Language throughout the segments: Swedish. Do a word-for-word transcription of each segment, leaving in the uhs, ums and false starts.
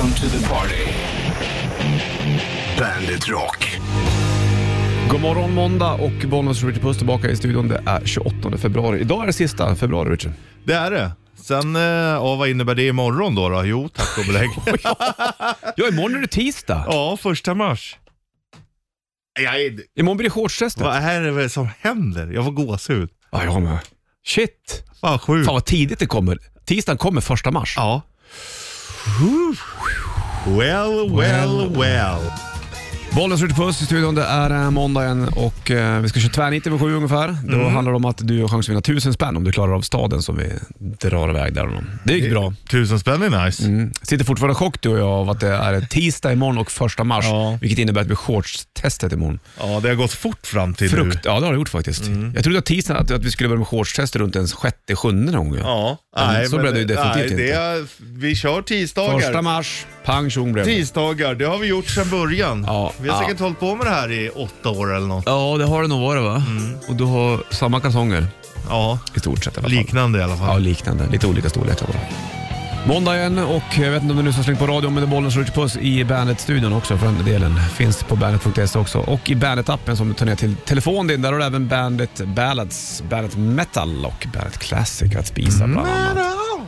Welcome to the party. Bandit Rock. God morgon måndag och Bonus Richard Puss tillbaka i studion. Det är tjugoåttonde februari. Idag är det sista februari, Richard. Det är det. Sen, ja, vad innebär det imorgon då? då? Jo, tack och belägg. Ja, imorgon är det tisdag. Ja, första mars. Jag, imorgon blir det shortstestet. vad är det som händer? Jag får gåshud. Ja, jag med. Shit. Fan, sjukt. Fan vad tidigt det kommer. Tisdagen kommer första mars. Ja. Well, well, well. Bollens Richard Puss i studion. Det är äh, måndagen och äh, vi ska köra tvärnittio över sju ungefär. Mm. Då handlar det om att du har chans att vinna tusen spänn om du klarar av staden som vi drar iväg där. Det gick bra. Tusen spänn är nice. Mm. Sitter fortfarande chock du och jag av att det är tisdag imorgon och första mars. Ja. Vilket innebär att vi shortstestet imorgon. Ja, det har gått fort fram till Frukt. nu. Ja, det har det gjort faktiskt. Mm. Jag trodde att tisdagen att, att vi skulle börja med shortstester runt den sjätte, sjunde någon gång. Ja. Men Nej, så men blev det ju definitivt nej, inte. Det är, vi kör tisdagar. Första mars, pang tjong blev det. Tisdagar, det har vi gjort sedan början. Ja. Vi har Ja. säkert hållit på med det här i åtta år eller något. Ja, det har det nog varit va? Mm. Och du har samma kalsonger Ja, i stort sett i alla fall. liknande i alla fall. Ja, liknande. Lite olika storlekar bara. Måndag igen och jag vet inte om du nu har slängt på radio med Bollens Richard Puss i Bandet-studion också för den delen. Finns på bandet punkt se också. Och i Bandet-appen som du tar ner till telefonen din. Där har du även Bandet Ballads, Bandet Metal och Bandet Classic att spisa bland annat. Metal!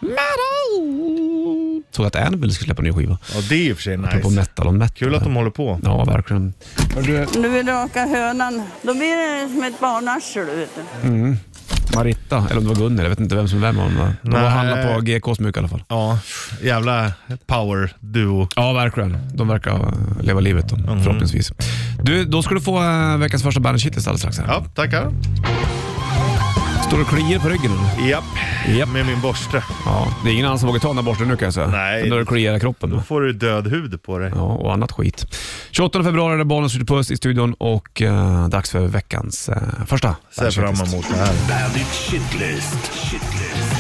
Metal! Såg att Anvil skulle släppa en ny skiva. Ja, det är i och för sig nice. På metal och metal. Kul att de håller på. Ja, verkligen. Du... Nu är raka hönan. Då blir det som ett barnarsel, vet du. Mm. Maritta, eller om det var Gunnar, jag vet inte vem som vem om det. De var handla på G K:s mycket i alla fall. Ja, jävla power duo. Ja, verkligen. De verkar leva livet då, mm. förhoppningsvis. Du, då ska du få äh, veckans första Bandit Shitlist alldeles strax här. Ja, tackar. Står du kliar på ryggen eller? Japp, Japp. med min borste. Ja, det är ingen annan som vågar ta den här borsten nu kan jag säga. Nej. Då du kliar i kroppen. Då får du död hud på dig. Ja, och annat skit. tjugoåttonde februari är det Bollens Richard Puss i studion och äh, dags för veckans äh, första. Ser fram emot det här. Bandit Shitlist. Shitlist.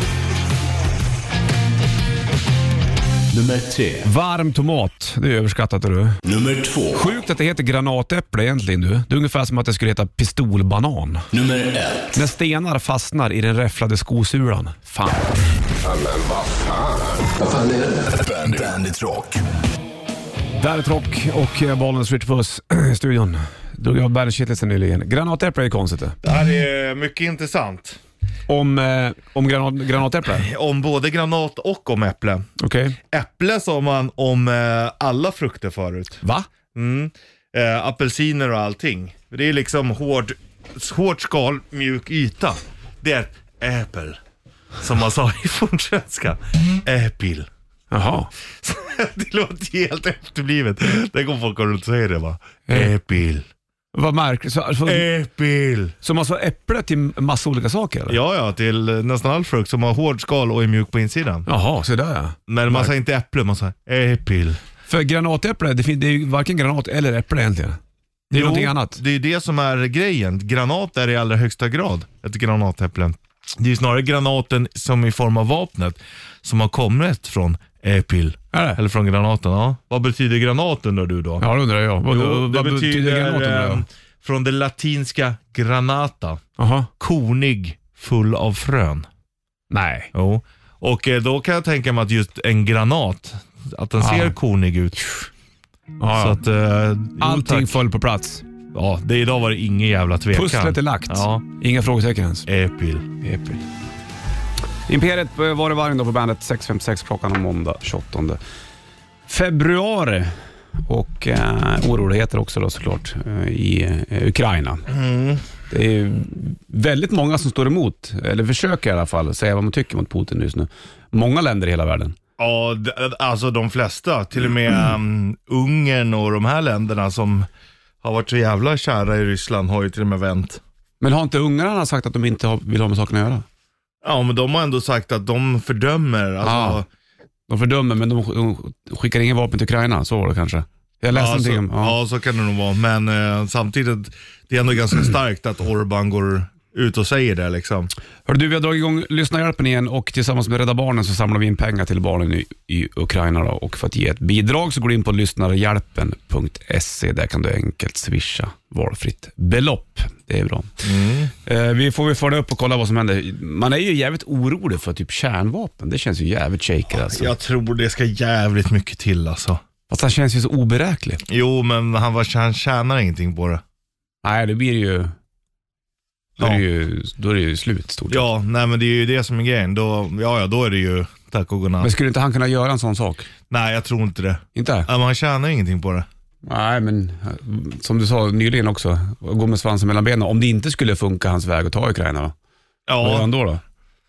Nummer tre. Varm tomat, det är överskattat du. Nummer två. Sjukt att det heter granatäpple egentligen du. Det är ungefär som att det skulle heta pistolbanan. Nummer ett. När stenar fastnar i den räfflade skosulan. Fan. Ja, men vad fan. Vad fan är det? Bandit, Bandit Rock. Bandit Rock och Bollens Richard Puss i studion. Drog jag Bandit Shitlisten nyligen. Granatäpple är konstigt det. Det här är mycket intressant. Om, eh, om granat, granatäpple? Om både granat och om äpple. Okej. Okay. Äpple sa man om eh, alla frukter förut. Va? Mm. Eh, apelsiner och allting. Det är liksom hård, hårt skal, mjuk yta. Det är ett äppel. Som man sa i fornsvenska. Äppel. Jaha. Det låter helt efterblivet. Det går folk och säger det va. Äppel. Vad märkligt. Så, så, Äppel. så man sa äpple till massa olika saker eller? Ja, ja, till nästan all frukt som har hård skal och är mjuk på insidan. Jaha, så där ja. Men man säger inte äpple, man säger äppel. För granatäpple, det, det är ju varken granat eller äpple egentligen. Det är jo, någonting annat. Det är det som är grejen. Granat är i allra högsta grad ett granatäpple. Det är snarare granaten som i form av vapnet som har kommit från äppel. Eller från granaten, ja. Vad betyder granaten då du då? Ja, det undrar jag. Vad, jo, vad det betyder, betyder granaten då? eh, från det latinska granata. Aha. Kornig, full av frön. Nej. Jo. Och eh, då kan jag tänka mig att just en granat, att den ser kornig ut. Ja, så att, eh, allting jo, föll på plats. Ja, det idag var det ingen jävla tvekan. Pusslet är lagt. Ja. Inga frågetecken ens. Äppel. Äppel. Imperiet var det varje dag på bandet sex femtiosex klockan om måndag tjugoåttonde februari. Och eh, oroligheter också då såklart eh, i eh, Ukraina. Mm. Det är väldigt många som står emot, eller försöker i alla fall säga vad man tycker mot Putin just nu. Många länder i hela världen. Ja, alltså de flesta. Till och med um, Ungern och de här länderna som har varit så jävla kära i Ryssland har ju till och med vänt. Men har inte ungarna sagt att de inte har, vill ha med saken att göra? Ja, men de har ändå sagt att de fördömer. Alltså, ah, de fördömer, men de, de skickar ingen vapen till Ukraina, så var det kanske. Jag läste ja, om så, ja. ja, så kan det nog vara. Men eh, samtidigt, det är ändå ganska starkt att Orbán går ut och säger det liksom. Hör du, vi har dragit igång Lyssnarhjälpen igen och tillsammans med Rädda Barnen så samlar vi in pengar till barnen i, i Ukraina då. Och för att ge ett bidrag så går du in på lyssnarhjälpen punkt se. Där kan du enkelt swisha valfritt belopp. Det är bra. Mm. Eh, vi får vi följa upp och kolla vad som händer. Man är ju jävligt orolig för typ kärnvapen. Det känns ju jävligt shaker alltså. Jag tror det ska jävligt mycket till alltså. Fast han känns ju så oberäklig. Jo, men han, var, han tjänar ingenting på det. Nej, det blir ju... Då är, Ja. det ju, då är det ju slut stort. Ja, nej men det är ju det som är grejen. Då, ja, ja, då är det ju tack och godnatt. Men skulle inte han kunna göra en sån sak? Nej, jag tror inte det. Inte? Ja, men han tjänar ingenting på det. Nej, men som du sa nyligen också, gå med svansen mellan benen. Om det inte skulle funka hans väg att ta Ukraina då? Vad gör Ja. han då då?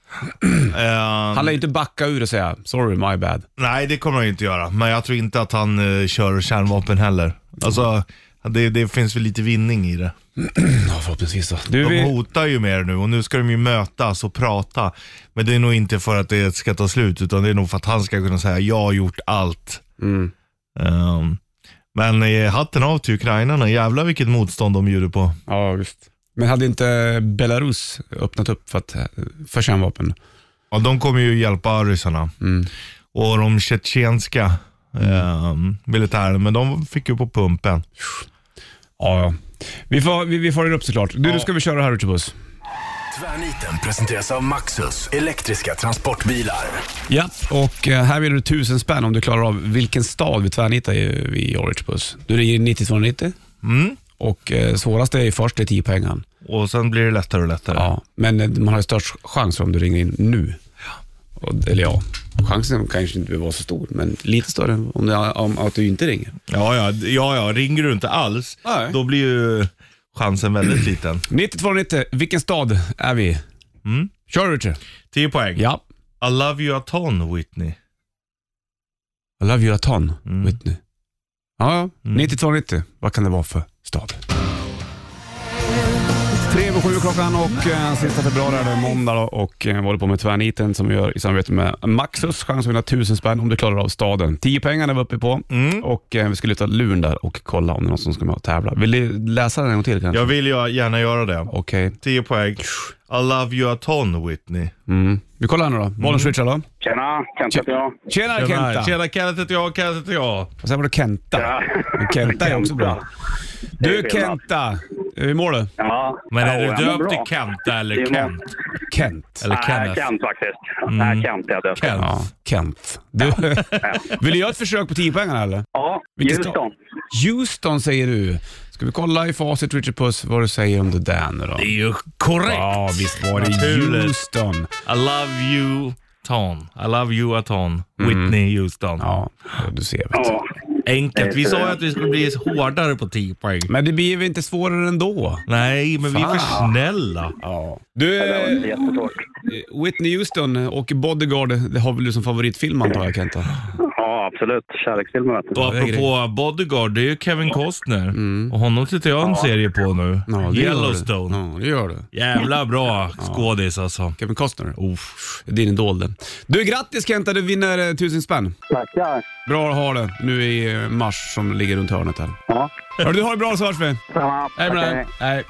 eh, Han lär inte backa ur och säga, sorry, my bad. nej, det kommer han ju inte göra. Men jag tror inte att han eh, kör kärnvapen heller. Alltså, det, det finns väl lite vinning i det. Ja, förhoppningsvis då. Du, De vi... hotar ju mer nu och nu ska de ju mötas och prata. Men det är nog inte för att det ska ta slut, utan det är nog för att han ska kunna säga jag har gjort allt. Mm. Um, men eh, hatten av till ukrainarna, jävlar vilket motstånd de bjuder på. Ja, visst. Men hade inte Belarus öppnat upp för, att, för kärnvapen? Ja, de kommer ju hjälpa ryssarna. Mm. Och de tjetjenska eh, militären, men de fick ju på pumpen. Ja, ja. Vi får, vi, vi får det upp såklart. Du, Ja. nu ska vi köra här ute buss. Tvärniten presenteras av Maxus, elektriska transportbilar. Ja, och eh, här vill du tusen spänn om du klarar av vilken stad vi tvärnitar i, i Orange Bus. Du ringer nittio två nittio Mm. och eh, svårast är först är tio pengar. Och sen blir det lättare och lättare. Ja, men eh, man har ju störst chans om du ringer in nu. Och, eller ja, chansen kanske inte vara så stor, men lite större om, det, om att du inte ringer. Ja, ja, ja, ja, ringer du inte alls, Nej. då blir ju chansen väldigt liten. nittio två nittio, vilken stad är vi? Mm. Kör Richard. tio poäng. Ja. I love you a ton, Whitney. I love you a ton, Mm. Whitney. Ja, Mm. nittio två nittio. Vad kan det vara för stad? Tre över sju klockan och eh, sista februari är det måndag då, och eh, håller på med tvärniten som vi gör i samarbete med Maxus. Chans att vinna tusen spänn om du klarar av staden. Tio pengar är vi uppe på Mm. och eh, vi ska lyfta luren där och kolla om det är någon som ska med och tävla. Vill du läsa den en gång till kanske? Jag vill ju gärna göra det. Okej. tio poäng. I love you a ton, Whitney. Mm. Vi kollar här nu då. Bollens Richard då. Tjena, Kent heter jag. Tjena Kenta. Tjena, Kenneth heter jag, Kenneth heter jag. Och sen var det Kenta. Ja. Men Kenta är också bra. Du Det är skillnad. Kenta, hur mår du? Ja. Men är ja, du jag mår döpt till bra. Kenta eller Det är Kent? Kent. Eller Nej, Kenneth? Kent faktiskt. Nej, Kent är det. Kent. Ja, Kent. Du, vill du göra ett försök på tio pengar eller? Ja, Vilken Houston. Houston säger du. Ska vi kolla i facit Richard Puss vad du säger om det där nu då? Det är ju korrekt. Ja, visst var det Naturligt. Houston. I love you ton. I love you a ton. Whitney Houston. Ja, du ser. Vet. Ja. Enkelt. Vi sa ju att vi skulle bli hårdare på tio poäng. Men det blir väl inte svårare ändå? Nej, men vi är för Fan. snälla. Ja. Du, Det var eh, jättesvårt. Whitney Houston och Bodyguard, det har väl du som favoritfilm antar jag, Kenta? Ja, absolut. Kärleksfilmer. vet du. Och det är apropå Bodyguard, det är ju Kevin Costner. Och honom tittar jag en serie på nu. Ja, det gör du. Yellowstone. Ja, det gör du. Jävla bra skådis alltså. Kevin Costner. Uff. Din idol den. Du, grattis Kenta, du vinner eh, tusen spänn. Tackar. Bra att ha det nu i eh, mars som ligger runt hörnet här. Ja. Hörru, du har det bra så hörs vi. Samma. Hej med dig. Hej.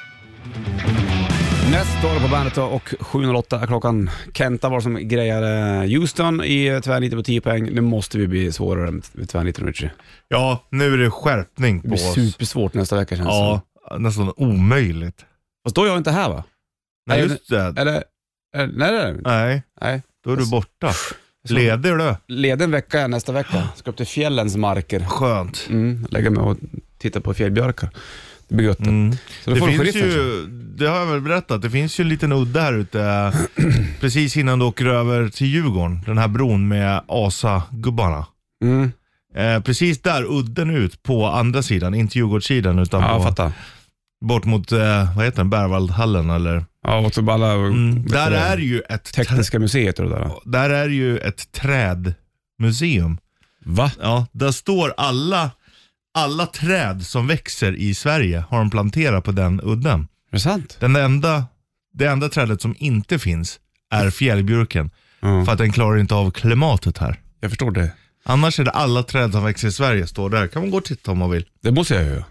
Nästa år på bandet då, och sju noll åtta är klockan. Kenta var som grejer eh, Houston i tvärnitton på tio poäng. Nu måste vi bli svårare med tvärnitton, Richie. Ja, nu är det skärpning Det på blir oss. supersvårt nästa vecka känns det Ja, nästan omöjligt. som. Fast då är jag inte här va? Nej, Eller- just det. Eller, eller nej, nej, nej. Nej, nej. då är du borta. Leder du? Led en vecka nästa vecka. Ska upp till fjällens marker. Skönt. Mm, lägga mig och titta på fjällbjörkar. Det blir gött. Mm. Så då Det får du finns sheriffen. ju, det har jag väl berättat, det finns ju en liten udde här ute precis innan du åker över till Djurgården. Den här bron med Asa-gubbarna. Mm. Eh, precis där udden ut på andra sidan, inte Djurgårdssidan utan Ja, jag på, fattar. bort mot, eh, vad heter den, Berwaldhallen eller? Ja, och så alla Mm. vet Där du, är ju ett Tekniska museet och det där. där är ju ett trädmuseum. Va? Ja, där står alla alla träd som växer i Sverige har de planterat på den udden. Är det sant? Den enda, det enda trädet som inte finns är fjällbjörken. Ja. För att den klarar inte av klimatet här. Jag förstår det. Annars är det alla träd som växer i Sverige står där. Kan man gå och titta om man vill. Det måste jag ju.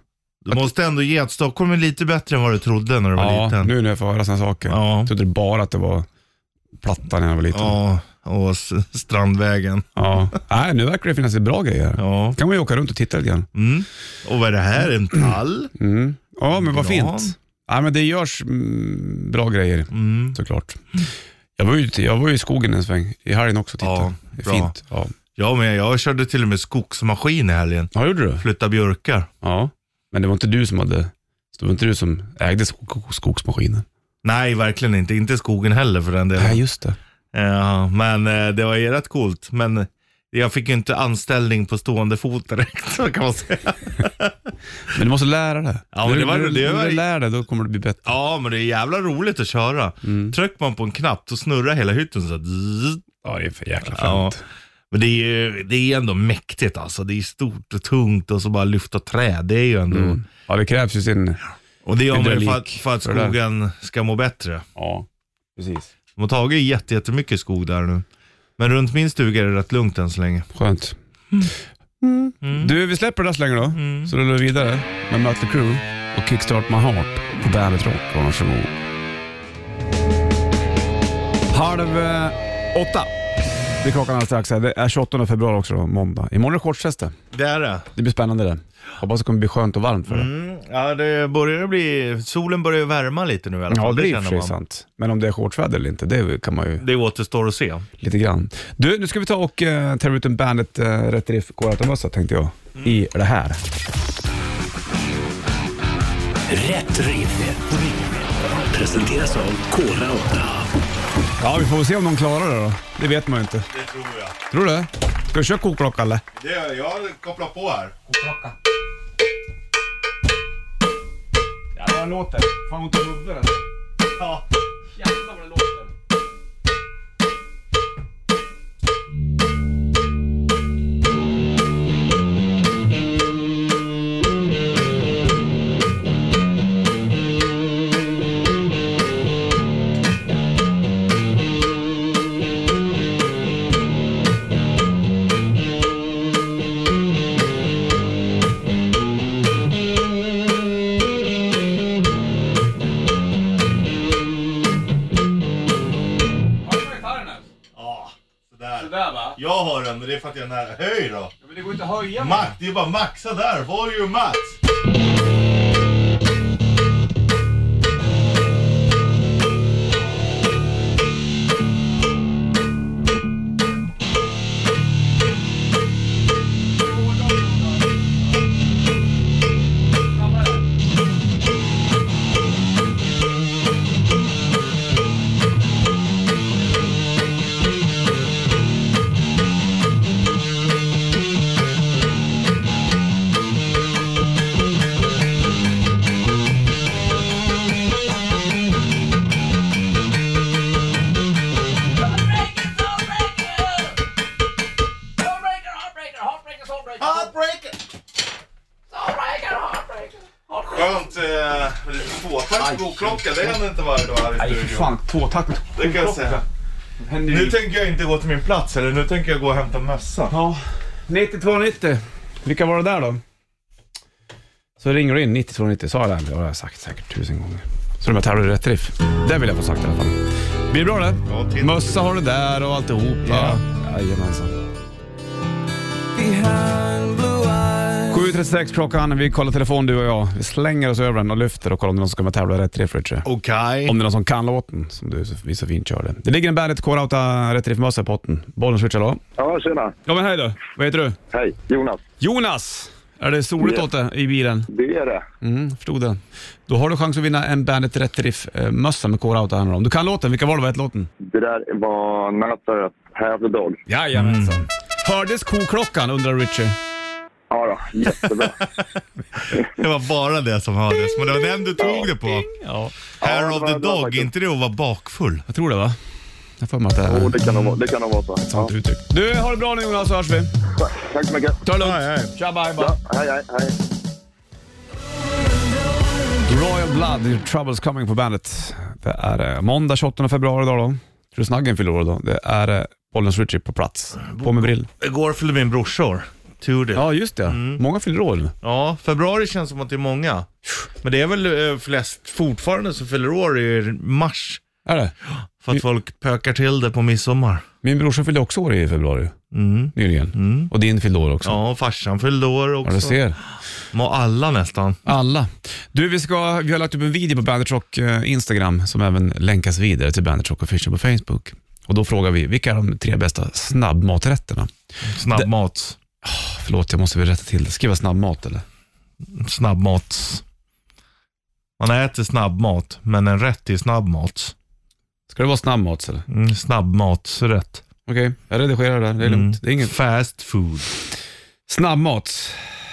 Du måste ändå ge att Stockholm är lite bättre än vad du trodde när du var Ja, liten. nu när jag får höra såna saker. Ja. Jag trodde bara att det var Plattan när jag var liten. Ja, och s- Strandvägen. Ja. Nej, nu verkar det finnas ett bra grejer. Ja. Kan man ju åka runt och titta lite grann. Mm. Och vad är det här? En tall? Mm. Ja, men vad Gran. fint. Ja, men det görs mm, bra grejer, Mm. såklart. Jag var ju jag var ju i skogen en sväng i helgen också och tittade. Ja, Det är bra. fint. Ja. Ja, men jag körde till och med skogsmaskin i helgen. Ja, gjorde du? Flytta björkar. Ja. Men det var inte du som hade det var inte du som ägde skog, skogsmaskinen. Nej, verkligen inte. Inte skogen heller för den delen. Nej, just det. Ja, men eh, det var ju rätt coolt. Men jag fick ju inte anställning på stående fot direkt, så kan man säga. Men du måste lära dig. Ja, men det var- när du, det var- när du lär dig, då kommer det bli bättre. Ja, men det är jävla roligt att köra. Mm. Trycker man på en knapp så snurrar hela hytten så att... Ja, det är för jäkla Ja. fint. Men det är ju det är ändå mäktigt alltså. Det är stort och tungt och så bara lyfta träd. Det är ju ändå... Mm. Ja, det krävs ju sin... Och det gör man ju för att, hydraulik för att för det där. skogen ska må bättre. Ja, precis. De har tagit jätte, jättemycket skog där nu. Men runt min stuga är det rätt lugnt än så länge. Skönt. Mm. Du, vi släpper det där så länge då. Mm. Så rullar vi vidare med Mötley Crüe och Kickstart My Heart på Bandet Rock. Varsågod. Halv eh, åtta. Det är klockan alldeles strax här. Det är tjugoåttonde februari också då, måndag. Imorgon är det shortstest. Det är det. Det blir spännande det. Hoppas det kommer bli skönt och varmt för det. Mm. Ja, det börjar bli... Solen börjar värma lite nu i alla fall. Ja, det är i och känner för sig man. sant. Men om det är shortsväder eller inte, det kan man ju Det återstår att se. lite grann. Du, nu ska vi ta och uh, ta ut en Bandet uh, Rätt Riff K-Rauta-mössa tänkte jag. Mm. I det här. Rätt riff. Presenteras av K-Rauta. Ja, vi får väl se om de klarar det då. Det vet man ju inte. Det tror jag. Tror du det? Ska du köra kokklocka eller? Det, jag kopplar på här. Kokklocka. Ja, vad den låter. Fan, ont i huvudet alltså. Ja. Jävlar vad det låter. Ja, sådär. Sådär va? Jag har den, men det är för att jag är nära. Höj då. Ja, men det går inte att höja. Max, det är bara maxa där. Volume max. Heartbreaker! Skönt, eh, lite tvåtakt kokklocka, det händer inte varje dag här i Nej, studion. för fan. Tvåtakt. Det kan jag säga. Nu tänker jag inte gå till min plats, eller nu tänker jag gå och hämta mössa. Ja. nittiotvå nittio. Vilka var det där då? Så ringer du in nittiotvå nittio. Sa jag det? Det har jag sagt säkert tusen gånger. Så de här tävlar i rätt riff. Det vill jag få sagt i alla fall. Blir det bra det? Ja, till- Mössa har du där och alltihopa. Ja. Jajamensan. sju trettiosex klockan, vi kollar telefon du och jag. Vi slänger oss över den och lyfter och kollar om det är någon som kommer tävla i rätt riff, Richard. Okej. Om det är någon som kan låten, som du så, vi så fint körde. Det ligger en Bandet K-Rauta Rätt Riff-mössa i potten. Bollen switchar då. Ja, tjena. Ja men hej då, vad heter du? Hej, Jonas. Jonas! Är det soligt Ja. åt det i bilen? Det är det. Mm, förstod det. Då har du chans att vinna en Bandet Rätt Riff-mössa med K-Rauta här. Om du kan låten, vilka var det? Vad hette låten? Det där var Nazareth, Hair of the Dog. Jajamensan. Mm. Hördes koklockan, undrar Richard? Ja då, jättebra. Det var bara det som hördes, men det var den du tog det på. Ja. Hair Ja, det of var- the det var dog, faktiskt- inte det att vara bakfull. Jag tror det va? Jag får mig att det är Jo, det kan nog vara- det kan nog vara så. ett sånt uttryck. Du, har det bra nu Jonas, så hörs vi. Ja. Tack så mycket. Ta det lugnt. Hej, hej. Tja, bye, bye. Ja, hej, hej, hej. Royal Blood, Your Troubles Coming på Bandet. Det är eh, måndag tjugoåttonde februari idag då. Tror du Snaggen fyller år då? Det är eh, Bollens Richie på plats. På med brill. Igår fyllde min brorsor. Tour. Ja, just det. Mm. Många fyller år nu. Ja, februari känns som att det är många. Men det är väl eh, flest fortfarande som fyller år i mars. Är det? För att Min- folk pökar till det på midsommar. Min brorsa fyllde också år i februari. Mm. Nyligen. Mm. Och din fyllde år också. Ja, farsan fyllde år också. Ja, du ser. Må alla nästan. Alla. Du, vi, ska, vi har lagt upp en video på Bandit Rock eh, Instagram som även länkas vidare till Bandit Rock Official på Facebook. Och då frågar vi, vilka är de tre bästa snabbmaträtterna? Snabbmat. Förlåt, jag måste väl rätta till det. Skriva snabbmat eller? Snabbmat. Man äter snabbmat, men en rätt till snabbmat. Ska det vara snabbmat eller? Mm, snabbmatsrätt. Okej, okay, jag redigerar det där. Det är lugnt. Det är ingen Fast food. snabbmat.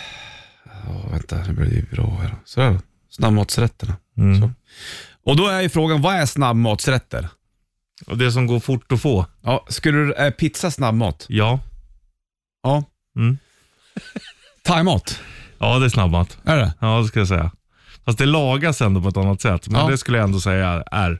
Oh, vänta, nu blir det ju bra här. Så där då. Snabbmatsrätterna. Mm. Så. Och då är ju frågan, vad är snabbmatsrätter? Och det som går fort att få. Ja, skulle du, är pizza snabbmat? Ja. Ja. Mm. Thaimat? Ja, det är snabbmat. Är det? Ja, det ska jag säga. Fast det lagas ändå på ett annat sätt. Men Ja. det skulle jag ändå säga är.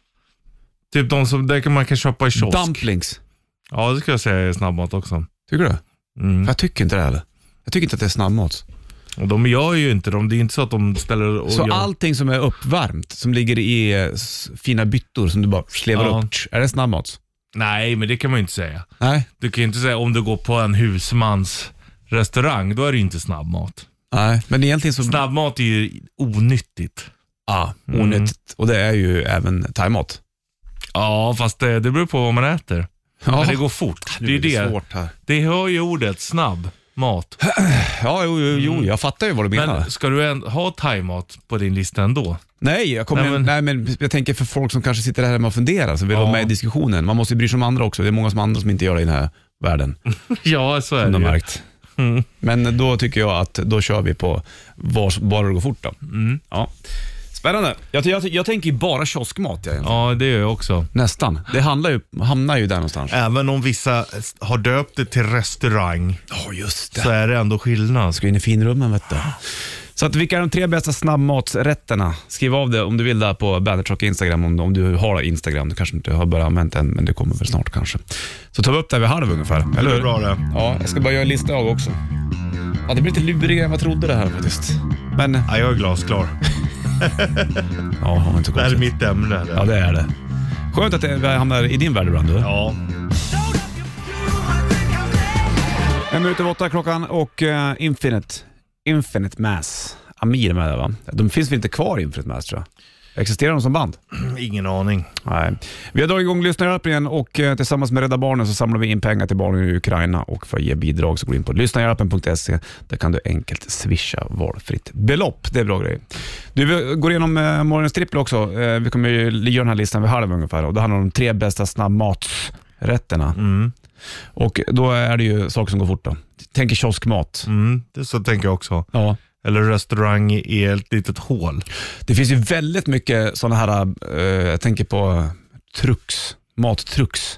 Typ de som det kan man kan köpa i kiosk. Dumplings? Ja, det ska jag säga är snabbmat också. Tycker du? Mm. Jag tycker inte det heller. Jag tycker inte att det är snabbmat. Och de gör ju inte dem. Det är inte så att de ställer och Så gör... allting som är uppvärmt, som ligger i eh, s- fina byttor som du bara slevar Ja. upp, är det snabbmat? Nej, men det kan man ju inte säga. Nej. Du kan ju inte säga om du går på en husmans restaurang, då är det inte snabbmat. Nej, men egentligen så... Snabbmat är ju onyttigt. Ja, Mm. onyttigt. Och det är ju även thaimat. Ja, fast det, det beror på vad man äter. Ja, Men det går fort. Det är blir det. svårt här. Det hör ju ordet snabb mat. Ja, jo, jo, jo, jag fattar ju vad du menar. Men ska du en, ha thaimat på din lista ändå? Nej, jag kommer, Nej, nej, men- men... jag tänker för folk som kanske sitter här hemma och funderar, som vill Ja. vara med i diskussionen. Man måste ju bry sig om andra också. Det är många som andra som inte gör det i den här världen, Ja, så är som det de har ju. märkt. Mm. Men då tycker jag att då kör vi på var, bara det går fort då. Mm. Ja. Spännande. Jag, jag, jag tänker ju bara kioskmat. Jag, egentligen. Ja, det gör jag också. Nästan. Det handlar ju, hamnar ju där någonstans. Även om vissa har döpt det till restaurang, Ja, just så är det ändå skillnad. Ska in i finrummen, vet du. Så att vilka är de tre bästa snabbmatsrätterna? Skriv av det om du vill där på Bandit Rock Instagram, om, om du har Instagram. Du kanske inte har börjat använda än, men det kommer väl snart kanske. Så tar vi upp det vid halv ungefär, eller Det är hur? bra det. Ja, jag ska bara göra en lista jag också. Ja, det blir lite lurigare än vad jag trodde det här faktiskt. Men, Ja, jag är glasklar. ja, har inte Det här är konstigt. mitt ämne. Ja, det är det. Skönt att det hamnar i din värld ibland. Du. Ja. En minut över åtta klockan och uh, Infinite, Infinite Mass. Amir är med där, va? De finns väl inte kvar i Infinite Mass, tror jag. Existerar de som band? Ingen aning. Nej. Vi har dragit igång lyssnarhjälpen igen och eh, tillsammans med Rädda Barnen så samlar vi in pengar till barnen i Ukraina, och för att ge bidrag så går in på lyssnarhjälpen punkt se. Där kan du enkelt swisha valfritt belopp. Det är bra grejer. Du, vi går igenom eh, morgonens trippel också. Eh, vi kommer ju göra den här listan vid halv ungefär, och det handlar om de tre bästa snabbmatsrätterna. Mm. Och då är det ju saker som går fort då. Tänker kioskmat. Mm, det så tänker jag också. Ja. Eller restaurang i ett litet hål. Det finns ju väldigt mycket sådana här, eh, jag tänker på trucks, mattrucks.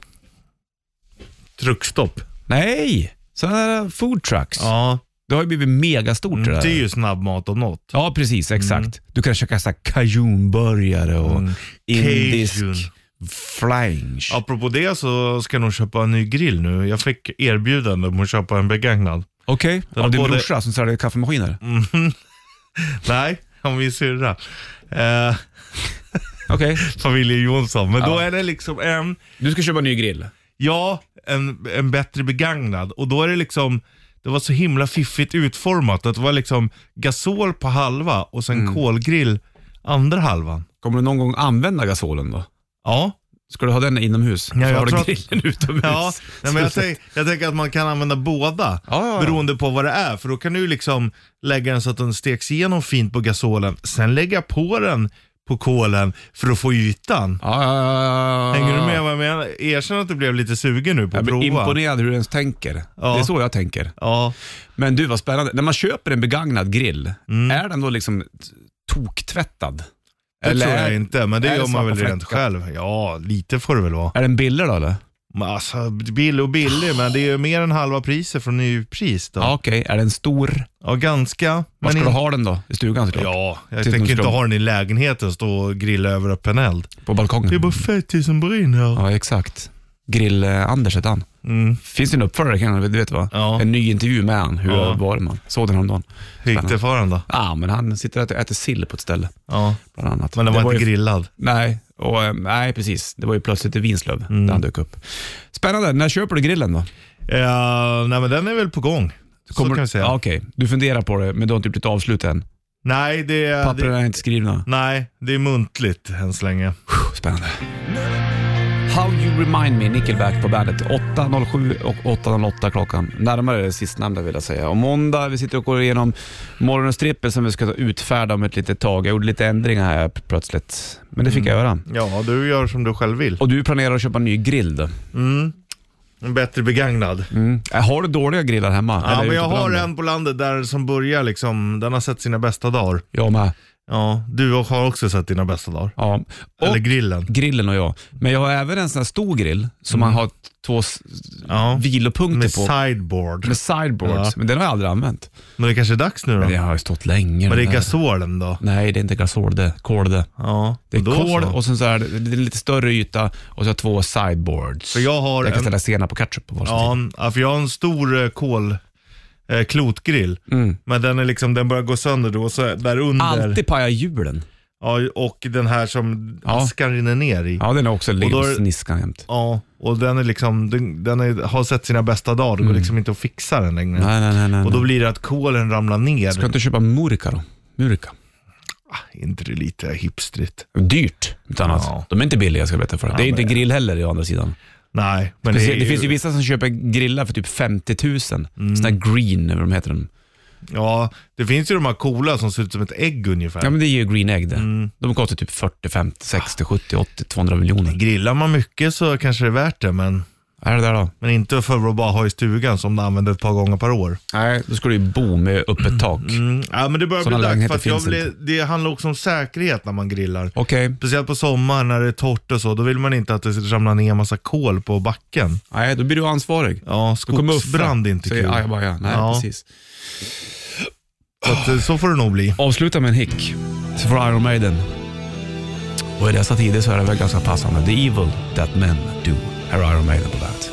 Truckstopp. Nej, sådana här food trucks. Ja, Det har ju blivit megastort mm, det det där. är ju snabbmat om något. Ja, precis, exakt. Du kan köka så här cajunburgare och Mm. indisk Cajun. flange. Apropå det så ska jag nog köpa en ny grill nu. Jag fick erbjudande om att köpa en begagnad. Okej, Den av din har både- brorsa som säljer kaffemaskiner. Mm. Nej, om min syrra. Eh, Okej, familjen Jonsson. Men då Ja. är det liksom en, du ska köpa en ny grill. ja, en, en bättre begagnad. Och då är det liksom, det var så himla fiffigt utformat. Att det var liksom gasol på halva och sen Mm. kolgrill andra halvan. Kommer du någon gång använda gasolen då? Ja. Ska du ha den inomhus? Ja, Så jag har du tror att- grillen utomhus. Ja, nej, men jag, tänk, jag tänker att man kan använda båda Ja, ja, ja. beroende på vad det är. För då kan du ju liksom lägga den så att den steks igenom fint på gasolen. Sen lägga på den på kolen för att få ytan. Ja, ja, ja, ja. Hänger du med vad jag menar? Erkänn att du blev lite sugen nu på Jag att blir prova. imponerad hur du ens tänker. Ja. Det är så jag tänker. Ja, Men du, vad spännande. När man köper en begagnad grill, Mm. är den då liksom t- toktvättad? det Eller tror är- jag inte. Men det är det gör man väl svarta rent fläckar? själv. Ja, lite får det väl vara. Är den billig då eller? Men alltså, billig och billig, men det är ju mer än halva priset från nypris då. Ja, okej. Är den stor? Ja, ganska. Var men ska in- du ha den då? I stugan såklart? Ja, jag Till tänker inte skrubb. ha den i lägenheten och stå och grilla över öppen eld. På balkongen? Det är bara fett i som brinner. Ja, exakt. Grill-Anders heter han. Mm. Finns det en uppförare, kan du vet va? Ja. En ny intervju med han, hur Ja. var det man? Såg den häromdagen. Hur gick det för han då? Ja, men han sitter och äter, äter sill på ett ställe. Ja. Bland annat. Men den Det var, inte ju, grillad. Nej, och, eh, nej, precis. Det var ju plötsligt i Vinslöv Mm. där han dök upp. Spännande. När köper du grillen då? Ja, nej men den är väl på gång. Så kan vi säga. Ja, okej. Du funderar på det, men du har inte gjort ett avslut än. Nej, det är... Pappren det, är inte skrivna. nej, det är muntligt än så länge. Spännande. How You Remind Me, Nickelback på bandet. åtta noll sju och åtta noll åtta klockan. Närmare det sistnämnda vill jag säga. Och måndag, vi sitter och går igenom morgonens trippel som vi ska utfärda om ett litet tag. Jag gjorde lite ändringar här plötsligt. Men det fick jag göra. Ja, du gör som du själv vill. Och du planerar att köpa en ny grill då? Mm. En bättre begagnad. Mm. Har du dåliga grillar hemma? Ja, Eller men jag ute på har landet? en på landet där som börjar liksom, den har sett sina bästa dagar. Jag med. Ja, du har också sett dina bästa dagar. Ja. Och Eller grillen. grillen och jag. Men jag har även en sån här stor grill som man har två s- Ja. vilopunkter Med på. sideboard. Med sideboards. Ja. Men den har jag aldrig använt. Men det kanske är dags nu då? Men det har ju stått länge. Men det är den där. gasolen då? Nej, det är inte gasol, det är kol det. Ja, Det är då kol så. och sen så är det, det är en lite större yta och så har två sideboards. För jag har jag kan en- ställa senap på ketchup på varsin Ja, sida. en- ja, för jag har en stor eh, kol eh, klotgrill. Mm. Men den är liksom, den börjar gå sönder då, så där under. Alltid pajar hjulen. Ja, och den här som Ja. askan rinner ner i. Ja, den är också Och ligger då på är- sniskan jämt. Ja, och den är liksom, den, den är, har sett sina bästa dagar. Det går liksom inte att fixa den längre. Nej, nej, nej. nej. Och då blir det att kolen ramlar ner. Ska du inte köpa Murica då? Murica. Ah, inte det lite hipstrigt? Dyrt, utan annat. Ja. De är inte billiga, ska jag berätta för dig. Ja, det är inte men- grill heller i andra sidan. Nej, men Det, det, är det finns ju ju, vissa som köper grillar för typ femtio tusen. Mm. Såna här green, vad de heter de. ja, det finns ju de här coola som ser ut som ett ägg ungefär. Ja, men det är ju green egg det. Mm. De kostar typ fyrtio, femtio, sextio, sjuttio, åttio, tvåhundra miljoner. Grillar man mycket så kanske det är värt det, men, Är det där då? men inte för att bara ha i stugan som du använder ett par gånger per år. Nej, då ska du ju bo med öppet tak. Mm. Ja, men det börjar Såna bli dags, lägenheter för att jag finns vill, det handlar också om säkerhet när man grillar. Okej. Speciellt på sommaren när det är torrt och så, då vill man inte att det ramlar ner en massa kol på backen. Nej, då blir du ansvarig. Ja, Du kommer skogsbrand är inte Säger kul. ajabaja. Nej, Ja. precis. Så, att, så får det nog bli. Avsluta med en hick. Så får Iron Maiden. Och i dessa tider så är det väl ganska passande. The Evil That Men Do. Här är Iron Maiden på bandet.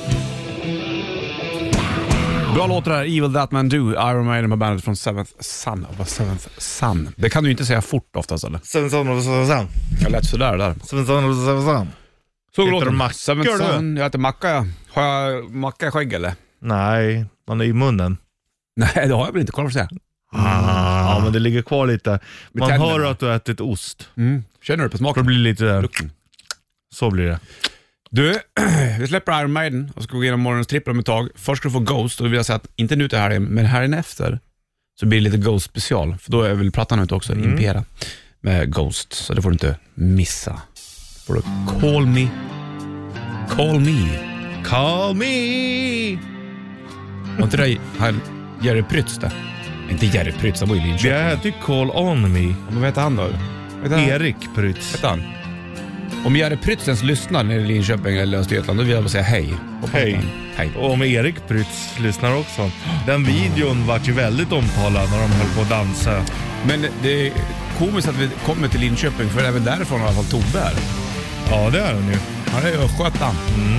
Bra låtar här. Evil That Men Do. Iron Maiden på bandet från Seventh Son. Vad Seventh Son? Det kan du inte säga fort oftast, eller? Svensson och Svensson. Jag lät sådär där. Svensson och Svensson. Så Heter låter du det. Macka, Seventh du? Son. Jag heter Macka, ja. Har jag macka i skägg, eller? Nej, man är i munnen. Nej, det har jag väl inte. Kolla för att säga. Ja, men det ligger kvar lite. Man tänderna. hör att du har ätit ost. Mm. Känner du på För det smaken? blir lite där. Lukten. Så blir det. Du, vi släpper Iron Maiden och ska gå igenom morgonens trippel om ett tag. Först ska du få Ghost och då vill jag säga att inte nu till här men här efter så blir det lite Ghost special. För då är väl plattan ute också, Mm. Impera med Ghost. Så det får du inte missa. Får du Call Me. Call Me. Call me. Var inte det här Jerry Prytz det? Inte Jerry Prytz, han var ju i Det Linköping. heter ju Call on me. Men vad heter han då? Vet han? Erik Prytz. Vet han? Om Jerry Prytz ens lyssnar nere i Linköping eller Östergötland, då vill jag bara säga hej. Hoppas Hej. han- Hej. Och om Erik Prytz lyssnar också. Den videon var ju väldigt omtalad när de höll på att dansa. Men det är komiskt att vi kommer till Linköping, för det är väl därifrån i alla fall Tobbe är. Ja, det är den ju. Han är ju östgötan.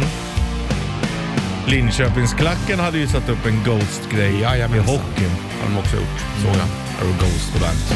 Linköpingsklacken hade ju satt upp en Ghost-grej i Jajamensan. hockeyn. Har de också gjort, såg jag. Här är Ghost på bandet.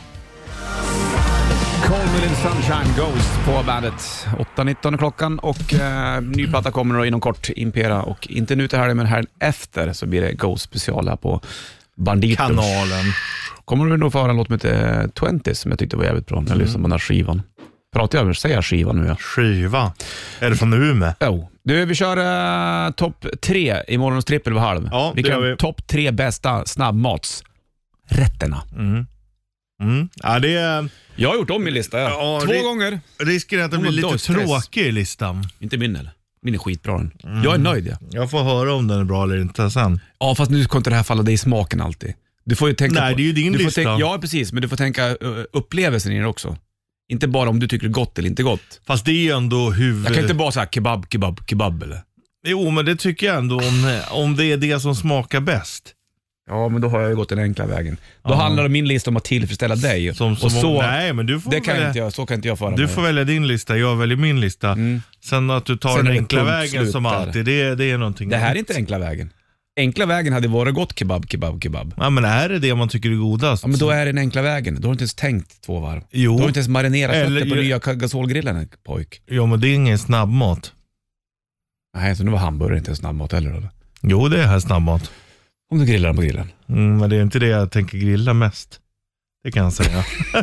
Call Me Little Sunshine, Ghost på bandet. åtta nitton är klockan och eh, ny platta kommer då inom kort, Impera. Och inte nu till här, men här efter så blir det Ghost special här på Banditos. Kanalen. Kommer du nog få höra en låt som heter tjugo som jag tyckte var jävligt bra när jag lyssnade på den här skivan. Pratar jag över, säger jag skivan nu? Ja. Skiva. Är det från Umeå? Oh. Du, vi kör uh, topp tre i morgonens trippel vid halv. Ja, vi det kan gör vi. topp tre bästa snabbmatsrätterna. Mm. Mm. Ja, det är... Jag har gjort om min lista. Ja. Ja, Två det- gånger. Risken är att det blir Oh, lite då, stress. tråkig i listan. Inte min eller? Min är skitbra den. Jag är nöjd, ja. Jag får höra om den är bra eller inte sen. Ja, fast nu kommer inte det här falla dig i smaken alltid. Du får ju tänka Nej, på, det är ju din du får lista. Tänka, ja, precis. Men du får tänka uh, upplevelsen i det också. Inte bara om du tycker det är gott eller inte gott. Fast det är ju ändå huvud... Jag kan inte bara säga kebab, kebab, kebab eller. Jo, men det tycker jag ändå om, om det är det som smakar bäst. Ja, men då har jag ju gått den enkla vägen. Då Ja. handlar det min lista om att tillfredsställa dig. Som, som och så, om, nej, men du får det kan välja, inte jag, så kan inte jag föra du mig. får välja din lista, jag väljer min lista. Mm. Sen att du tar Sen är den det enkla punkt vägen slut som där. alltid, det, det är någonting Det här är annat. inte enkla vägen. Enkla vägen hade varit gott kebab, kebab, kebab. Ja, men är det det man tycker är godast? Ja, men då är det den enkla vägen. Då har du inte ens tänkt två varv. Jo. Då har du inte ens marinerat Eller- köttet på nya gasolgrillen, pojk. Ja, men det är ingen snabbmat. Nej, så nu var hamburgare inte en snabbmat heller eller? Jo, det är här snabbmat. Om du grillar den på grillen. Mm, men det är inte det jag tänker grilla mest. Det kan jag säga.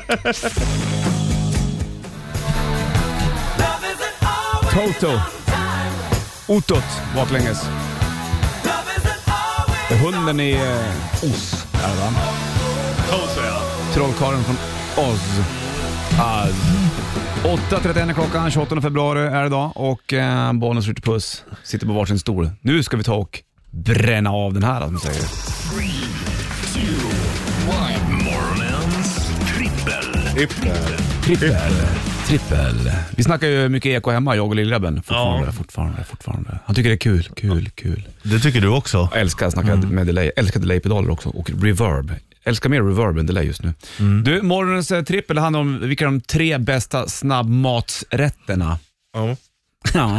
Toto. Otot baklänges. Och hunden i eh, Oz. Är det va? Trollkarlen från Oz. Az. åtta trettioen är klockan, tjugoåttonde februari är det idag. Och eh, Bollnäs skjuter puss. Sitter på varsin stol. Nu ska vi ta och bränna av den här, som man säger. Morgonens trippel. Trippel. Trippel. Vi snackar ju mycket eko hemma, jag och Lillgrabben. Fortfarande, Ja. fortfarande, fortfarande. Han tycker det är kul, kul, kul. Det tycker du också. Jag älskar att snacka med delay. Älskar delay-pedaler också. Och reverb. Älskar mer reverb än delay just nu. Du, morgonens eh, trippel handlar om vilka de tre bästa snabbmatsrätterna. Ja. Ja.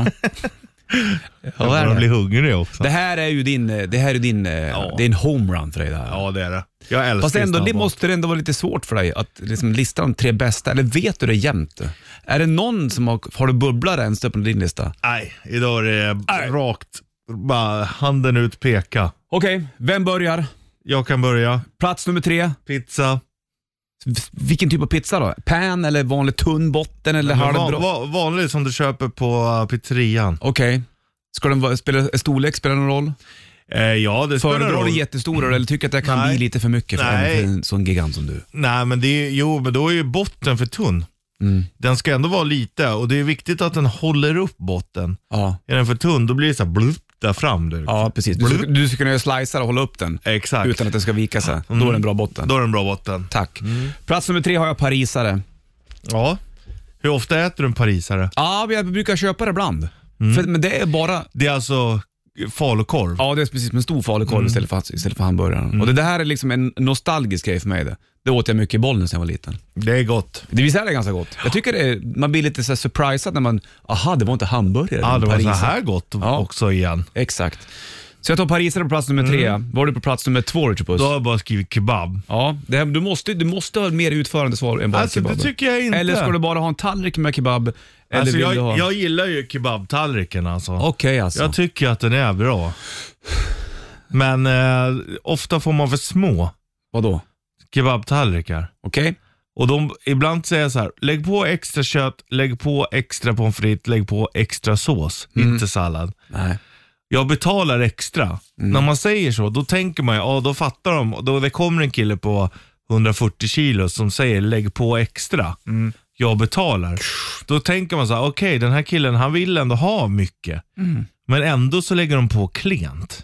Jag Vad är börjar bli det? hungrig också. Det här är ju din, eh, det här är din, eh, det är en homerun för dig det här. Ja, det är det. Jag älskar Fast ändå, det snabbmat. måste det ändå vara lite svårt för dig att liksom lista de tre bästa, eller vet du det jämt? Är det någon som har, har du bubblare ens upp på din lista? Nej, idag är det Nej. rakt, bara handen ut, peka. Okej, vem börjar? Jag kan börja. Plats nummer tre. Pizza. V- Vilken typ av pizza då? Pan eller vanlig tunn botten eller Men halv va, bra? va, vanligt som du köper på uh, pizzerian. Okej. Ska den vara, spela, storlek spela någon roll? Eh, ja, det spelar Föredrar roll. du jättestora eller tycker att det kan Nej. bli lite för mycket för, Nej. även för en sån gigant som du? Nej, men det är, jo, men då är ju botten för tunn. Mm. Den ska ändå vara lite, och det är viktigt att den håller upp botten. Ja. Är den för tunn, då blir det så här blupp där fram. Där. Ja, precis. Du ska, du ska kunna göra slicer och hålla upp den Exakt. utan att den ska vika sig. Mm. Då är det en bra botten. Då är den bra botten. Tack. Plats nummer tre har jag parisare. Ja. Hur ofta äter du en parisare? Ja, jag brukar köpa det ibland. För, men det är bara... Det är alltså falukorv. Ja, det är precis som en stor falukorv Mm. istället, för, istället för hamburgaren. Och det där är liksom en nostalgisk grej för mig. Det, det åt jag mycket i Bollnäs när jag var liten. Det är gott. Det visst är det ganska gott. Jag tycker det är, man blir lite så här surprised när man, aha, det var inte hamburgare. Ja, det var så parisare. här gott Ja. också igen. Exakt. Så jag tar parisare på plats nummer tre. Var du på plats nummer två, Richard Puss? Då har jag bara skrivit kebab. Ja, det här, du, måste, du måste ha mer utförande svar än bara Alltså kebab. det tycker jag inte. Eller ska du bara ha en tallrik med kebab? Eller Alltså vill jag, du ha... jag gillar ju kebabtallriken alltså. Okej alltså. Jag tycker att den är bra. Men eh, ofta får man för små Vadå? kebabtallrikar. Okej? Och de, ibland säger jag så här: lägg på extra kött, lägg på extra pommes frites, lägg på extra sås, inte sallad. Nej. Jag betalar extra. När man säger så, då tänker man, ja då fattar de. Då det kommer en kille på hundrafyrtio kilo som säger lägg på extra. Jag betalar. Då tänker man så här: okej, okay, den här killen han vill ändå ha mycket. Men ändå så lägger de på klent.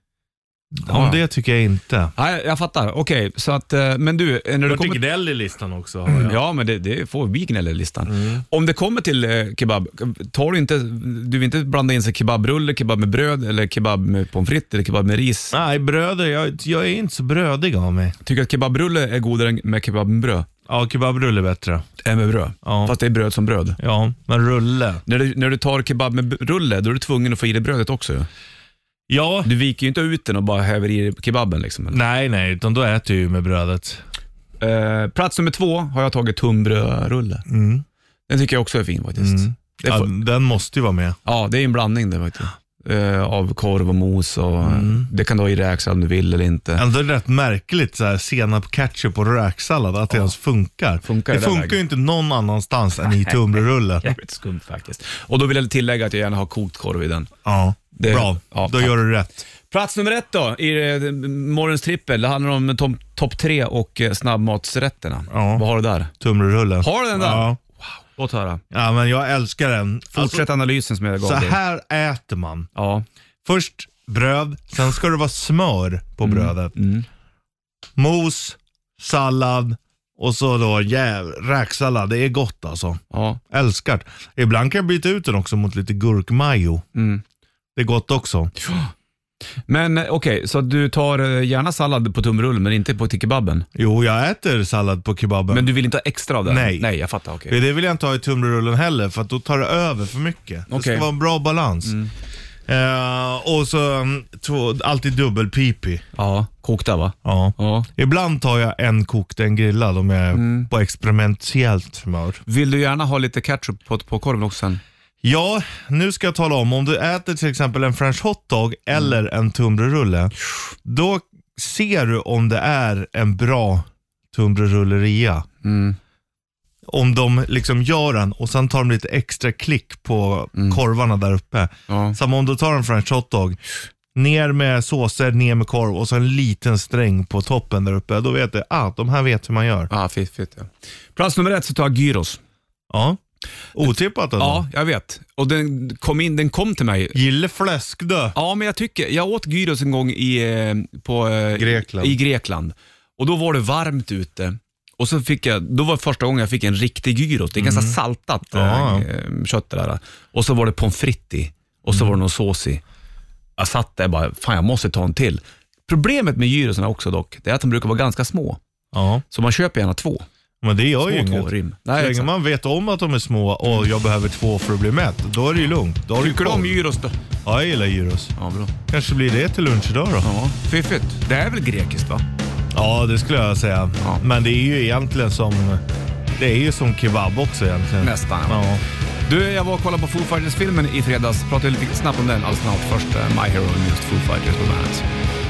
Om Ja. det tycker jag inte. Nej, jag fattar. Okej, så att, eh, men du, när det Du kommer... kommer... gnäll i listan också. har jag. Ja, men det, det får vi gnälla i listan. Om det kommer till eh, kebab, tar du inte, du vill inte blanda in sig kebabrulle, kebab med bröd eller kebab med pommes frites eller kebab med ris? Nej, bröder, jag, jag är inte så brödig av mig. Tycker att kebabrulle är godare än med kebab med bröd? Ja, kebabrulle är bättre. Än med bröd? Ja. Fast det är bröd som bröd. Ja, men rulle. När du, när du tar kebab med b- rulle, då är du tvungen att få i dig brödet också. ju. Ja, Du viker ju inte ut den och bara häver i dig kebaben. Liksom, eller? nej, nej, utan då äter jag ju med brödet. Eh, plats nummer två har jag tagit tunnbrödrulle. Mm. Den tycker jag också är fin faktiskt. Mm. Det Ja, får, den måste ju vara med. ja, det är en blandning det faktiskt. Eh, av korv och mos och Mm. det kan du ha i räksallad om du vill eller inte. Ändå är det rätt märkligt så här, senap, ketchup och räksallad att det ens funkar. Funkar det i den funkar ju vägen. inte någon annanstans än i tunnbrödsrullen. Jävligt skumt faktiskt. Och då vill jag tillägga att jag gärna har kokt korv i den. Ja, Det- bra. ja, då tack. gör du rätt. Plats nummer ett då, i eh, morgonens trippel. Det handlar om topp top tre och eh, snabbmatsrätterna. Ja. Vad har du där? Tunnbrödsrullen. Har du den där? Ja. Låt höra. Ja, men jag älskar den. Fortsätt analysen som jag gav Så dig. här äter man. Ja. Först bröd, sen ska det vara smör på brödet. Mm. Mos, sallad och så då jäv, räksallad. Det är gott alltså. Ja. Älskar det. Ibland kan jag byta ut den också mot lite gurkmajo. Mm. Det är gott också. Men okej, okay, så du tar gärna sallad på tumrull men inte på till kebaben? Jo, jag äter sallad på kebaben. Men du vill inte ha extra av det? Nej. Nej, jag fattar, okej. Okay. Det vill jag inte ha i tumrullen heller, för att då tar det över för mycket. Det okay. ska vara en bra balans. Mm. Uh, och så två, alltid dubbelpipig. Ja, kokta va? Ja. ja. Ibland tar jag en kokt, en grillad om jag är mm. på experimentellt humör. Vill du gärna ha lite ketchup på, på korven också sen? Ja, nu ska jag tala om. Om du äter till exempel en french hotdog mm. eller en tunnbrödsrulle, då ser du om det är en bra tunnbrödsrulleria. Mm. Om de liksom gör den och sen tar de lite extra klick på mm. korvarna där uppe. Ja. Samma om du tar en french hotdog, ner med såser, ner med korv och så en liten sträng på toppen där uppe. Då vet du, ah, de här vet hur man gör. Ja, fitt, fitt, ja. Plats nummer ett så tar jag gyros. Ja. Otippat alltså. Ja, jag vet. Och den kom in, den kom till mig. Gille fläsk då. Ja, men jag tycker, jag åt gyros en gång i, på, Grekland. i Grekland. Och då var det varmt ute. Och så fick jag, då var det första gången jag fick en riktig gyros. Det är mm. ganska saltat ja. äh, kött där. Och så var det pommes frites i. Och så mm. var det någon sås i. Jag satt där och bara, fan jag måste ta en till. Problemet med gyrosen också dock, det är att de brukar vara ganska små. Ja. Så man köper gärna två. Men det gör ju inget. Nej, så länge man vet om att de är små och jag behöver två för att bli mätt, då är det ju lugnt. Då tycker du om gyros då? Ja, jag gillar gyros. Ja, bra. Kanske blir det till lunch idag då. Ja, fiffigt. Det är väl grekiskt va? Ja, det skulle jag säga. Ja. Men det är ju egentligen som det är ju som kebab också egentligen. Nästan. Ja. Ja. Du, jag var och kollade på Foo Fighters-filmen i fredags. Pratade lite snabbt om den alldeles snabbt. Först uh, My Hero och just Foo Fighters på bandet.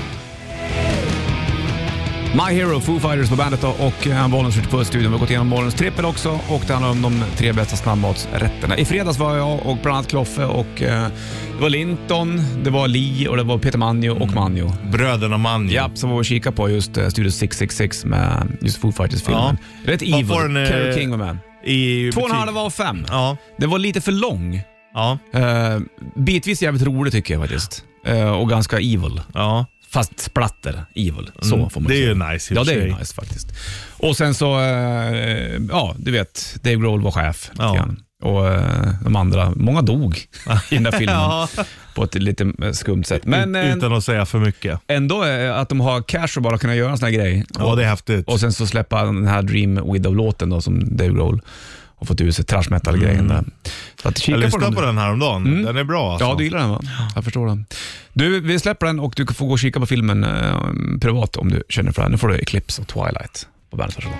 My Hero, Foo Fighters på bandet då, och han Bollnäs ute på studion. Vi har gått igenom Bollnäs trippel också och det handlar om de tre bästa snabbmatsrätterna. I fredags var jag och bland annat Kloffe och uh, det var Linton, det var Lee och det var Peter Manjo och Manjo. Bröderna Manjo. Ja, som var och kika på just uh, Studio sex sex sex med just Foo Fighters-filmen. Ja. Rätt evil. Carrie King var med. I Två och en halv av fem. Ja. Det var lite för lång. Ja. Uh, bitvis jävligt rolig tycker jag faktiskt. Uh, och ganska evil. Ja. Fast splatter, evil. Så mm, får man det är säga. ju nice. Ja, det är ju nice faktiskt. Och sen så, uh, ja, du vet, Dave Grohl var chef. Ja. Och uh, de andra, många dog i den där filmen. Ja. På ett lite skumt sätt. Men, utan att säga för mycket. Ändå att de har cash och bara kunna göra en sån här grej. Ja, det är häftigt. Och sen så släppa den här Dream Widow-låten då, som Dave Grohl har fått ut sig trash metal-grejen där. Så att jag lyssnade på, på den här om dagen. Mm. Den är bra alltså. Ja, du gillar den va? Jag förstår den. Du, vi släpper den och du får gå och kika på filmen eh, privat om du känner för den. Nu får du Eclipse och Twilight på bandet. Varsågod.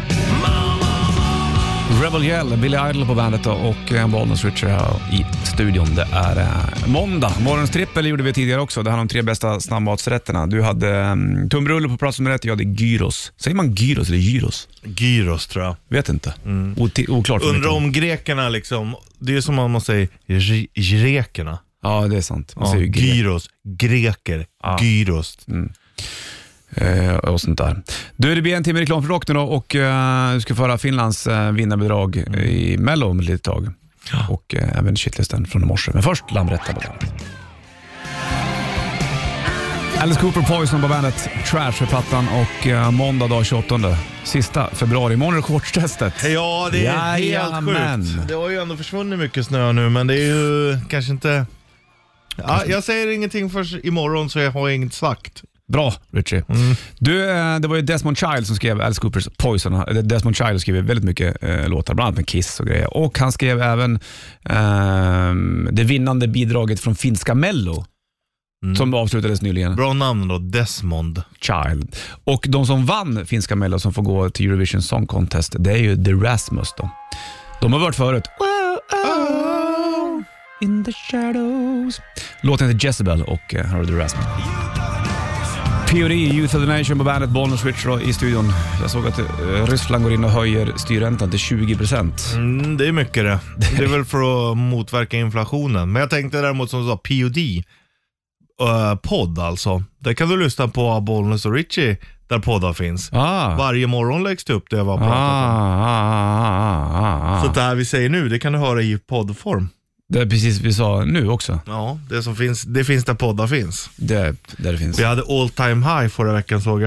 Rebel Yell, Billy Idol på bandet då, och en Bollnäs Richard här i studion. Det är eh, måndag. Morgons trippel gjorde vi tidigare också. Det handlar om de tre bästa snabbmatsrätterna. Du hade um, tumrulle på plats nummer ett. Jag hade gyros. Säger man gyros eller gyros? Gyros tror jag. Vet inte. Mm. Oklart. Undrar om grekerna liksom, det är som om man säger grekerna. Ja, det är sant. Man ja, säger grek. Gyros, greker, ja. Gyros. Mm. Eh, och sånt där. Du, det blir en timme reklam för rock nu då, och eh, du ska föra Finlands eh, vinnarbidrag mm. i Mello om ett litet tag. Ja. Och eh, även shitlisten från i morse. Men först Lambretta på bandet. Alice Cooper, Poison på bandet, Trash för plattan och eh, måndag dag tjugoåttonde. Sista februari. Imorgon är det shortstestet. Ja, det är ja, helt men. sjukt. Det har ju ändå försvunnit mycket snö nu, men det är ju kanske inte... Ja, jag säger ingenting för imorgon så jag har inget sagt. Bra, Richie. Mm. Du, det var ju Desmond Child som skrev Alice Coopers Poison. Desmond Child skrev väldigt mycket eh, låtar, bland annat med Kiss och grejer. Och han skrev även eh, det vinnande bidraget från finska Mello. Mm. Som avslutades nyligen. Bra namn då, Desmond Child. Och de som vann finska Mello som får gå till Eurovision Song Contest, det är ju The Rasmus då. De har varit förut. Wow, oh, in the shadows. Låten heter Jezebel och uh, här har du The Rasmus. P O D, Youth of the Nation på bandet, Bollnäs Richard i studion. Jag såg att uh, Ryssland går in och höjer styrräntan till tjugo procent. Mm, det är mycket det. Det är väl för att motverka inflationen. Men jag tänkte däremot som du sa, P O D uh, podd alltså. Där kan du lyssna på Bollnäs och Richie där poddar finns. Ah. Varje morgon läggs det upp det jag var pratat om. Ah, ah, ah, ah. Så det här vi säger nu, det kan du höra i poddform. Det är precis vi sa nu också. Ja, det som finns, det finns där poddar finns. Det där det finns. Vi hade all time high förra veckan såg jag.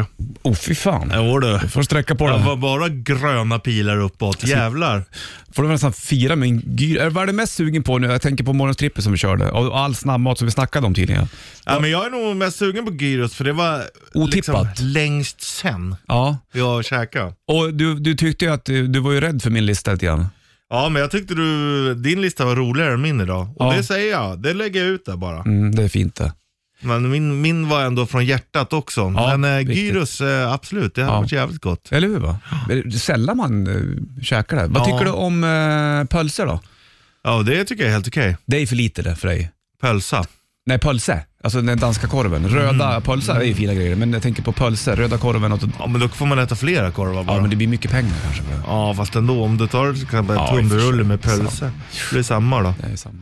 Oh, fy fan. Jo du. Du får sträcka på Det det. var bara gröna pilar uppåt. Jävlar. Får du nästan fira med en gyros. Vad är du mest sugen på nu? Jag tänker på morgonstrippet som vi körde. Och all snabbmat som vi snackade om tidigare. Ja, men jag är nog mest sugen på gyros för det var Otippat. liksom längst sen Ja. jag käkade. Och du, du tyckte ju att du, du var ju rädd för min lista lite grann. Ja, men jag tyckte du, din lista var roligare än min idag. Och Ja. det säger jag, det lägger jag ut där bara. Mm, det är fint det. Men min, min var ändå från hjärtat också. Ja, men eh, riktigt. gyros, eh, absolut, det har Ja. varit jävligt gott. Eller hur va? Det är sällan man uh, käkar det. Vad Ja. tycker du om uh, pölser då? Ja, det tycker jag är helt okej. Det är för lite det för dig. Pölsa. Nej, pölse. Alltså den danska korven. Röda Mm. pölsar är ju fina grejer, men jag tänker på pölser, röda korven och... Ja, men då får man äta flera korvar bara. Ja, men det blir mycket pengar kanske. Ja, fast ändå, om du tar till exempel en Ja, i och för sig. tunnbrödsrulle med pölse, det är samma då. Det är samma.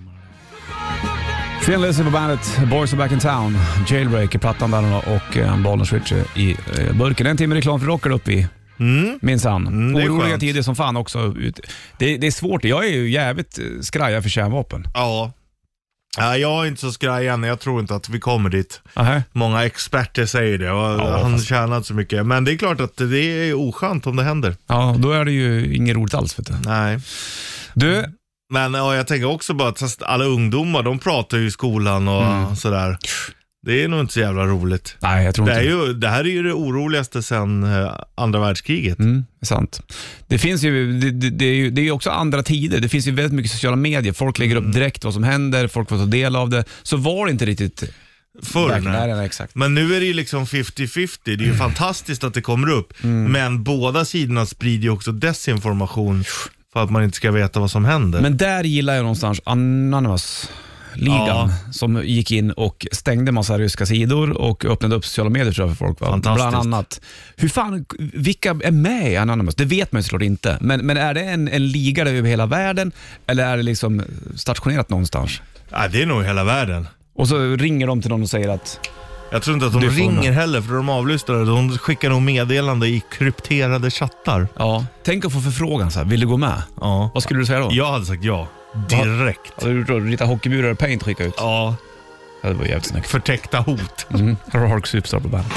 Thin Lizzy på bandet, Boys are back in town, Jailbreak i plattan där och en uh, Bollnäs Ritchie i uh, burken. En timme reklam för rockar upp i. Mm. Minsann. Mm, det är Oroliga skönt. tider som fan också. Det, det är svårt. Jag är ju jävligt eh, skraja för kärnvapen. Ja. Ja, jag är inte så skraj än, jag tror inte att vi kommer dit. Aha. Många experter säger det och Ja, han fast- tjänat så mycket. Men det är klart att det är oskönt om det händer. Ja, då är det ju inget roligt alls. Vet du. Nej. Du, Men ja, jag tänker också bara att alla ungdomar, de pratar ju i skolan och Mm. sådär. Det är nog inte så jävla roligt. nej jag tror Det, inte är ju, det här är ju det oroligaste sedan eh, andra världskriget. Mm, det är sant. Det finns ju, det, det, det är ju, det är ju också andra tider. Det finns ju väldigt mycket sociala medier. Folk lägger upp direkt vad som händer, folk får ta del av det. Så var det inte riktigt Förr, back- nej. nej, nej, exakt. Men nu är det ju liksom fifty fifty. Det är ju fantastiskt att det kommer upp. Mm. Men båda sidorna sprider ju också desinformation för att man inte ska veta vad som händer. Men där gillar jag någonstans Anonymous ligan Ja. som gick in och stängde massa ryska sidor och öppnade upp sociala medier tror jag, för folk. Va? Fantastiskt. Bland annat. Hur fan, vilka är med i Anonymous? Det vet man ju såklart inte. Men, men är det en, en liga över hela världen eller är det liksom stationerat någonstans? Ja, det är nog hela världen. Och så ringer de till någon och säger att Jag tror inte att de Du får ringer med. heller för de avlyssnar det. De skickar nog meddelande i krypterade chattar. ja, tänk att få förfrågan så här, vill du gå med? Ja. Vad skulle du säga då? Jag hade sagt ja. Direkt. Hade du då ritat hockeyburar och paint och skicka ut? Ja. Det var jävligt snyggt. Förtäckta hot. Mm. Här har Hark Superstar på bandet.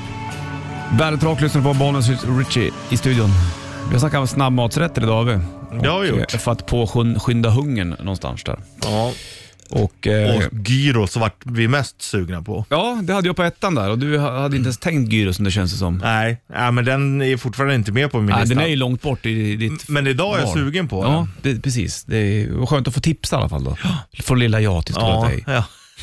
Bandet Rock lyssnar på Bollnäs Ritchie i studion. Vi har snackat om snabbmatsrätter idag. Vi. Det har vi Och, gjort. eh, för att påskynda hungern någonstans där. Ja. Och, eh, Och gyros vart vi mest sugna på. ja, det hade jag på ettan där och du hade inte ens tänkt gyros som det känns det som. Nej, nej, men den är fortfarande inte med på min Nej, lista. den är ju långt bort i ditt Men idag är jag val. sugen på Ja, den. det, precis. Det är skönt att få tipsa i alla fall då. Från lilla jag till stora Ja, dig. ja.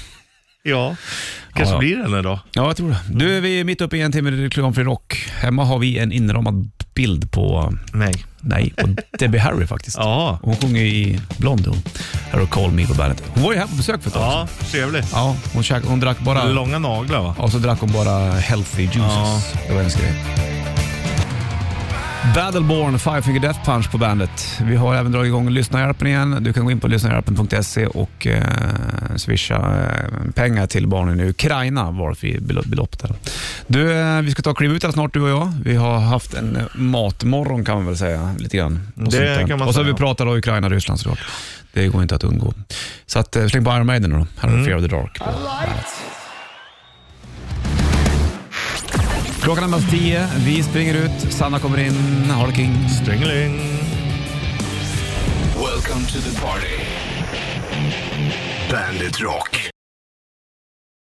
Ja, kanske Ja, ja. blir den idag. Ja, jag tror det. Du, vi är mitt uppe i en timme reklamfri rock. Hemma har vi en inramad bild på, Nej. nej, på Debbie Harry faktiskt. Ja, Hon sjunger i Blonde. Hon. Här har Call Me på bandet. Hon var ju här på besök för ett tag sedan. ja, trevligt. Ja, hon, käk, hon drack bara... Långa naglar va? Och så drack hon bara healthy juices. Ja. Det var hennes grej. Battleborn, Five Finger Death Punch på bandet. Vi har även dragit igång lyssnarhjälpen igen. Du kan gå in på lyssnarhjälpen punkt se och eh, swisha eh, pengar till barnen i Ukraina valfri belopp, belopp där. Du, eh, vi ska ta och kliva ut här snart du och jag. Vi har haft en eh, matmorgon kan man väl säga lite grann. Och Det sånt där. kan man och så har säga. vi pratat om Ukraina och Ryssland såklart. Det går inte att undgå. Så att, eh, släng på Iron Maiden nu då. Här har Mm. Fear of the Dark på bandet. Klockan är mest tio, vi springer ut, Sanna kommer in, Harking. Stringling. Welcome to the party. Bandit Rock.